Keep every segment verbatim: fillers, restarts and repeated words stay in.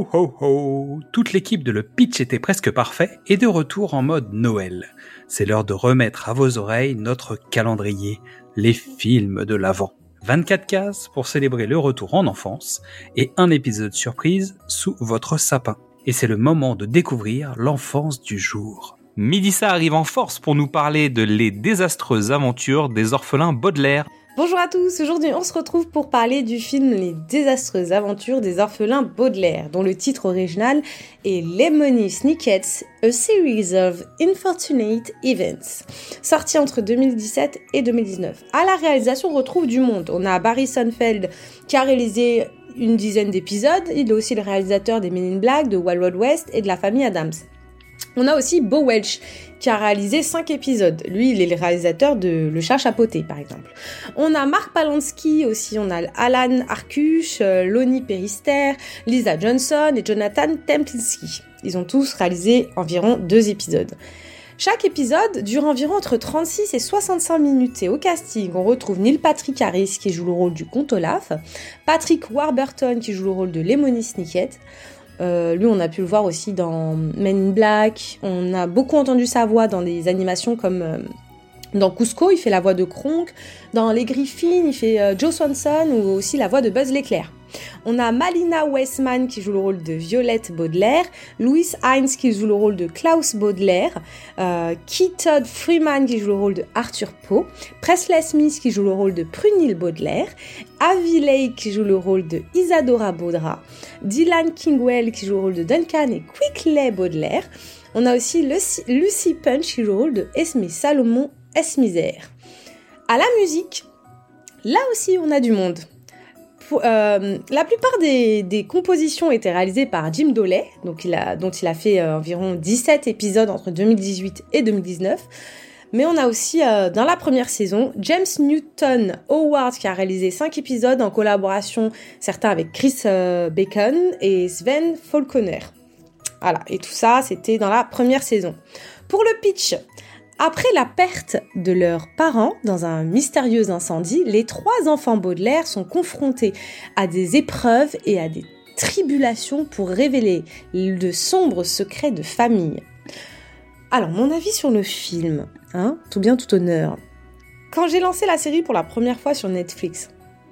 ho ho! Toute l'équipe de Le Pitch était presque parfait et de retour en mode Noël. C'est l'heure de remettre à vos oreilles notre calendrier, les films de l'Avent. vingt-quatre cases pour célébrer le retour en enfance et un épisode surprise sous votre sapin. Et c'est le moment de découvrir l'enfance du jour. Mélissa arrive en force pour nous parler de Les désastreuses aventures des orphelins Baudelaire. Bonjour à tous, aujourd'hui on se retrouve pour parler du film Les désastreuses aventures des orphelins Baudelaire, dont le titre original est Lemony Snicket's A Series of Unfortunate Events, sorti entre deux mille dix-sept et deux mille dix-neuf. À la réalisation, on retrouve du monde. On a Barry Sonnenfeld qui a réalisé une dizaine d'épisodes, il est aussi le réalisateur des Men in Black, de Wild Wild West et de La Famille Adams. On a aussi Bo Welch, qui a réalisé cinq épisodes. Lui, il est le réalisateur de Le Chat Chapeauté, par exemple. On a Mark Palansky aussi, on a Alan Arkush, euh, Lonnie Perister, Lisa Johnson et Jonathan Templinski. Ils ont tous réalisé environ deux épisodes. Chaque épisode dure environ entre trente-six et soixante-cinq minutes et au casting, on retrouve Neil Patrick Harris qui joue le rôle du comte Olaf, Patrick Warburton qui joue le rôle de Lemony Snicket. Euh, lui, on a pu le voir aussi dans Men in Black. On a beaucoup entendu sa voix dans des animations comme euh, dans Cusco, il fait la voix de Kronk. Dans Les Griffins, il fait euh, Joe Swanson ou aussi la voix de Buzz l'éclair. On a Malina Weissman qui joue le rôle de Violette Baudelaire, Louis Hines qui joue le rôle de Klaus Baudelaire, euh, Keith Todd Freeman qui joue le rôle de Arthur Poe, Presley Smith qui joue le rôle de Prunille Baudelaire, Avi Lake qui joue le rôle de Isadora Baudra, Dylan Kingwell qui joue le rôle de Duncan et Quickley Baudelaire. On a aussi Lucy, Lucy Punch qui joue le rôle de Esmé Salomon Esmisère. À la musique, là aussi on a du monde. Pour, euh, la plupart des, des compositions étaient réalisées par Jim Doley, donc il a, dont il a fait euh, environ dix-sept épisodes entre deux mille dix-huit et deux mille dix-neuf. Mais on a aussi, euh, dans la première saison, James Newton Howard qui a réalisé cinq épisodes en collaboration, certains avec Chris euh, Bacon et Sven Falconer. Voilà, et tout ça, c'était dans la première saison. Pour le pitch, après la perte de leurs parents dans un mystérieux incendie, les trois enfants Baudelaire sont confrontés à des épreuves et à des tribulations pour révéler de sombres secrets de famille. Alors, mon avis sur le film, hein, tout bien, tout honneur. Quand j'ai lancé la série pour la première fois sur Netflix,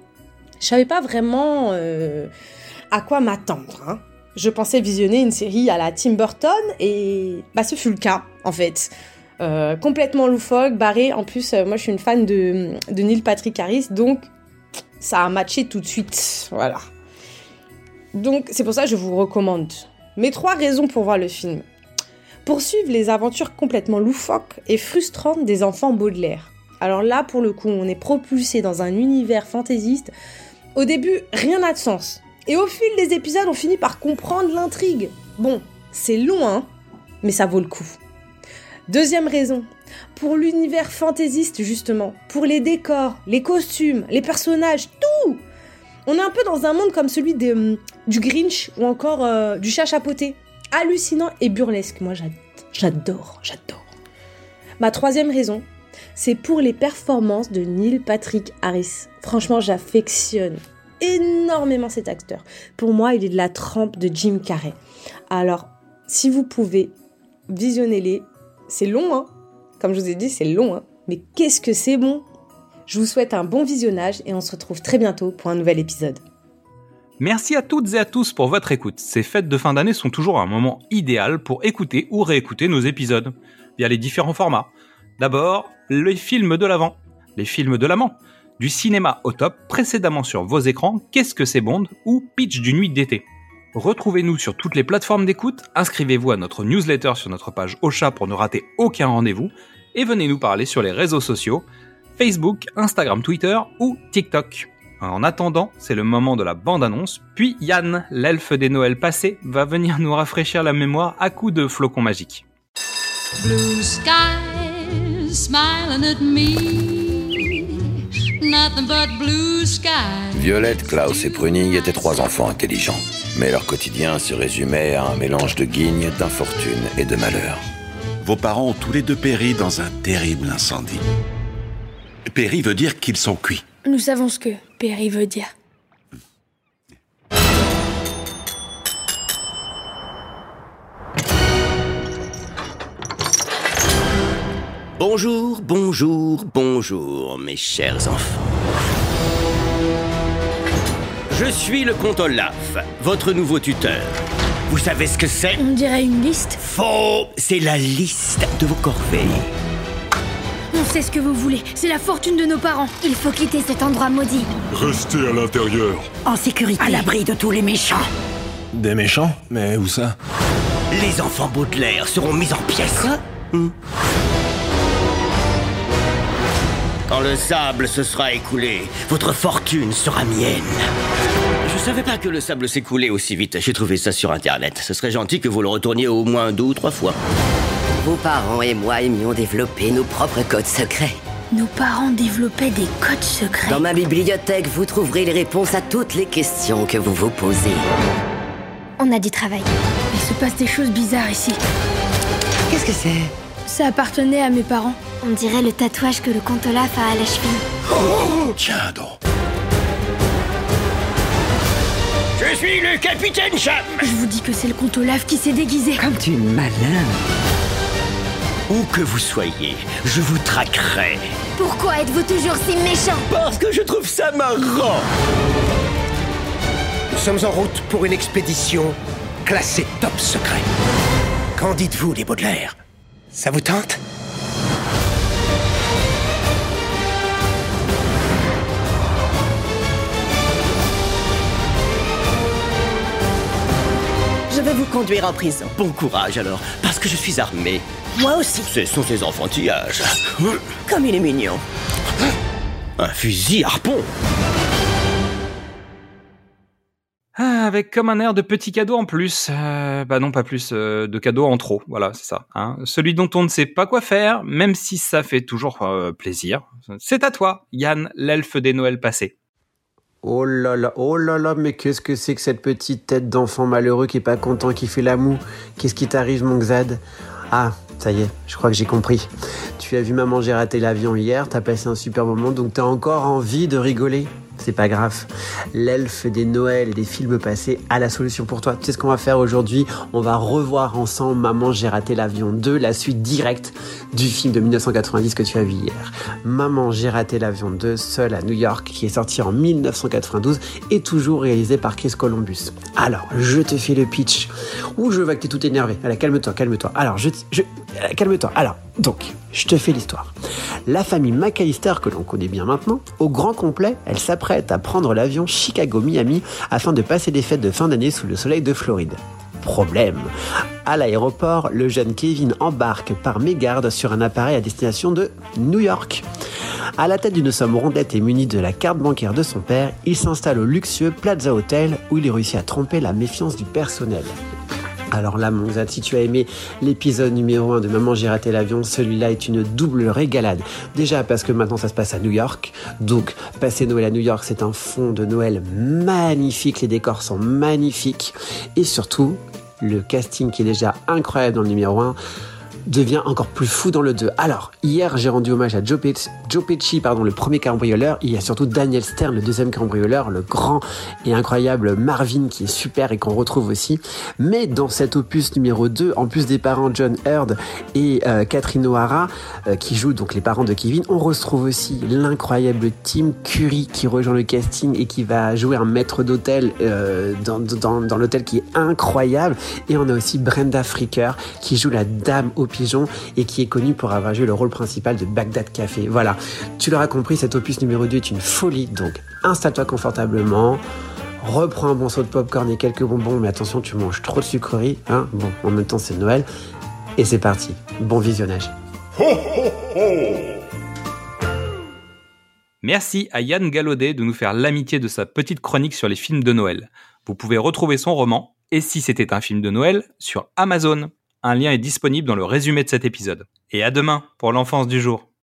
je savais pas vraiment euh, à quoi m'attendre. Hein. Je pensais visionner une série à la Tim Burton et bah, ce fut le cas, en fait. Euh, complètement loufoque, barré. En plus, euh, moi, je suis une fan de, de Neil Patrick Harris, donc ça a matché tout de suite. Voilà. Donc, c'est pour ça que je vous recommande. Mes trois raisons pour voir le film. Poursuivre les aventures complètement loufoques et frustrantes des enfants Baudelaire. Alors là, pour le coup, on est propulsé dans un univers fantaisiste. Au début, rien n'a de sens. Et au fil des épisodes, on finit par comprendre l'intrigue. Bon, c'est long, hein, mais ça vaut le coup. Deuxième raison, pour l'univers fantaisiste justement, pour les décors, les costumes, les personnages, tout. On est un peu dans un monde comme celui de, du Grinch ou encore euh, du Chat Chapeauté. Hallucinant et burlesque, moi j'adore, j'adore. Ma troisième raison, c'est pour les performances de Neil Patrick Harris. Franchement, j'affectionne énormément cet acteur. Pour moi, il est de la trempe de Jim Carrey. Alors, si vous pouvez, visionnez-les. C'est long, hein. Comme je vous ai dit, c'est long, hein. Mais qu'est-ce que c'est bon. Je vous souhaite un bon visionnage et on se retrouve très bientôt pour un nouvel épisode. Merci à toutes et à tous pour votre écoute. Ces fêtes de fin d'année sont toujours un moment idéal pour écouter ou réécouter nos épisodes via les différents formats. D'abord, les films de l'Avent, les films de l'amant, du cinéma au top, précédemment sur vos écrans, Qu'est-ce que c'est Bond ou Pitch d'une nuit d'été. Retrouvez-nous sur toutes les plateformes d'écoute, inscrivez-vous à notre newsletter sur notre page Ocha pour ne rater aucun rendez-vous, et venez nous parler sur les réseaux sociaux, Facebook, Instagram, Twitter ou TikTok. En attendant, c'est le moment de la bande-annonce, puis Yann, l'elfe des Noëls passés, va venir nous rafraîchir la mémoire à coups de flocons magiques. Blue skies smiling at me. Nothing but blue skies. Violette, Klaus et Prunille étaient trois enfants intelligents. Mais leur quotidien se résumait à un mélange de guignes, d'infortune et de malheur. Vos parents ont tous les deux péri dans un terrible incendie. Péri veut dire qu'ils sont cuits. Nous savons ce que péri veut dire. Bonjour, bonjour, bonjour, mes chers enfants. Je suis le comte Olaf, votre nouveau tuteur. Vous savez ce que c'est ? On dirait une liste. Faux ! C'est la liste de vos corvées. On sait ce que vous voulez. C'est la fortune de nos parents. Il faut quitter cet endroit maudit. Restez à l'intérieur. En sécurité. À l'abri de tous les méchants. Des méchants ? Mais où ça ? Les enfants Baudelaire seront mis en pièces. Hmm. Quand le sable se sera écoulé, votre fortune sera mienne. Je savais pas que le sable s'écoulait aussi vite. J'ai trouvé ça sur Internet. Ce serait gentil que vous le retourniez au moins deux ou trois fois. Vos parents et moi aimions développer nos propres codes secrets. Nos parents développaient des codes secrets. Dans ma bibliothèque, vous trouverez les réponses à toutes les questions que vous vous posez. On a du travail. Il se passe des choses bizarres ici. Qu'est-ce que c'est ? Ça appartenait à mes parents. On dirait le tatouage que le comte Olaf a à la cheville. Oh, tiens donc. Je suis le capitaine Cham. Je vous dis que c'est le comte Olaf qui s'est déguisé. Comme tu es malin. Où que vous soyez, je vous traquerai. Pourquoi êtes-vous toujours si méchant ? Parce que je trouve ça marrant. Nous sommes en route pour une expédition classée top secret. Qu'en dites-vous, les Baudelaire ? Ça vous tente ? Je vais vous conduire en prison. Bon courage alors, parce que je suis armé. Moi aussi. Ce sont ces enfantillages. Comme il est mignon. Un fusil harpon. Ah, avec comme un air de petit cadeau en plus. Euh, bah non, pas plus, euh, de cadeau en trop. Voilà, c'est ça. Hein. Celui dont on ne sait pas quoi faire, même si ça fait toujours euh, plaisir. C'est à toi, Yann, l'elfe des Noëls passés. Oh là là, oh là là, mais qu'est-ce que c'est que cette petite tête d'enfant malheureux qui est pas content, qui fait la moue ? Qu'est-ce qui t'arrive, mon Xad ? Ah, ça y est, je crois que j'ai compris. Tu as vu maman, j'ai raté l'avion hier, t'as passé un super moment, donc t'as encore envie de rigoler ? C'est pas grave. L'elfe des Noëls et des films passés a la solution pour toi. Tu sais ce qu'on va faire aujourd'hui ? On va revoir ensemble Maman, j'ai raté l'avion deux, la suite directe du film de dix-neuf cent quatre-vingt-dix que tu as vu hier. Maman, j'ai raté l'avion deux, seul à New York, qui est sorti en dix-neuf cent quatre-vingt-douze et toujours réalisé par Chris Columbus. Alors, je te fais le pitch. Ouh, je vois que t'es tout énervé. Allez, calme-toi, calme-toi. Alors, je... je euh, calme-toi. Alors, donc, je te fais l'histoire. La famille McAllister, que l'on connaît bien maintenant, au grand complet, elle s'apprête à prendre l'avion Chicago-Miami afin de passer des fêtes de fin d'année sous le soleil de Floride. Problème. À l'aéroport, le jeune Kevin embarque par mégarde sur un appareil à destination de New York. À la tête d'une somme rondette et muni de la carte bancaire de son père, il s'installe au luxueux Plaza Hotel où il réussit à tromper la méfiance du personnel. Alors là, mon Xad, si tu as aimé l'épisode numéro un de Maman, j'ai raté l'avion, celui-là est une double régalade. Déjà parce que maintenant ça se passe à New York, donc passer Noël à New York, c'est un fond de Noël magnifique, les décors sont magnifiques, et surtout, le casting qui est déjà incroyable dans le numéro un, devient encore plus fou dans le deux. Alors, hier, j'ai rendu hommage à Joe Pesci, Joe Pesci, pardon, le premier cambrioleur. Il y a surtout Daniel Stern, le deuxième cambrioleur, le grand et incroyable Marvin, qui est super et qu'on retrouve aussi. Mais dans cet opus numéro deux, en plus des parents John Hurd et euh, Catherine O'Hara, euh, qui jouent donc les parents de Kevin, on retrouve aussi l'incroyable Tim Curry qui rejoint le casting et qui va jouer un maître d'hôtel euh, dans, dans, dans l'hôtel qui est incroyable. Et on a aussi Brenda Fricker qui joue la dame au pigeon et qui est connue pour avoir joué le rôle principal de Bagdad Café. Voilà, tu l'auras compris, cet opus numéro deux est une folie, donc installe-toi confortablement, reprends un bon saut de popcorn et quelques bonbons, mais attention, tu manges trop de sucreries, hein. Bon, en même temps c'est Noël, et c'est parti, bon visionnage. Ho, ho, ho. Merci à Yann Gallaudet de nous faire l'amitié de sa petite chronique sur les films de Noël. Vous pouvez retrouver son roman « Et si c'était un film de Noël » sur Amazon. Un lien est disponible dans le résumé de cet épisode. Et à demain pour l'enfance du jour.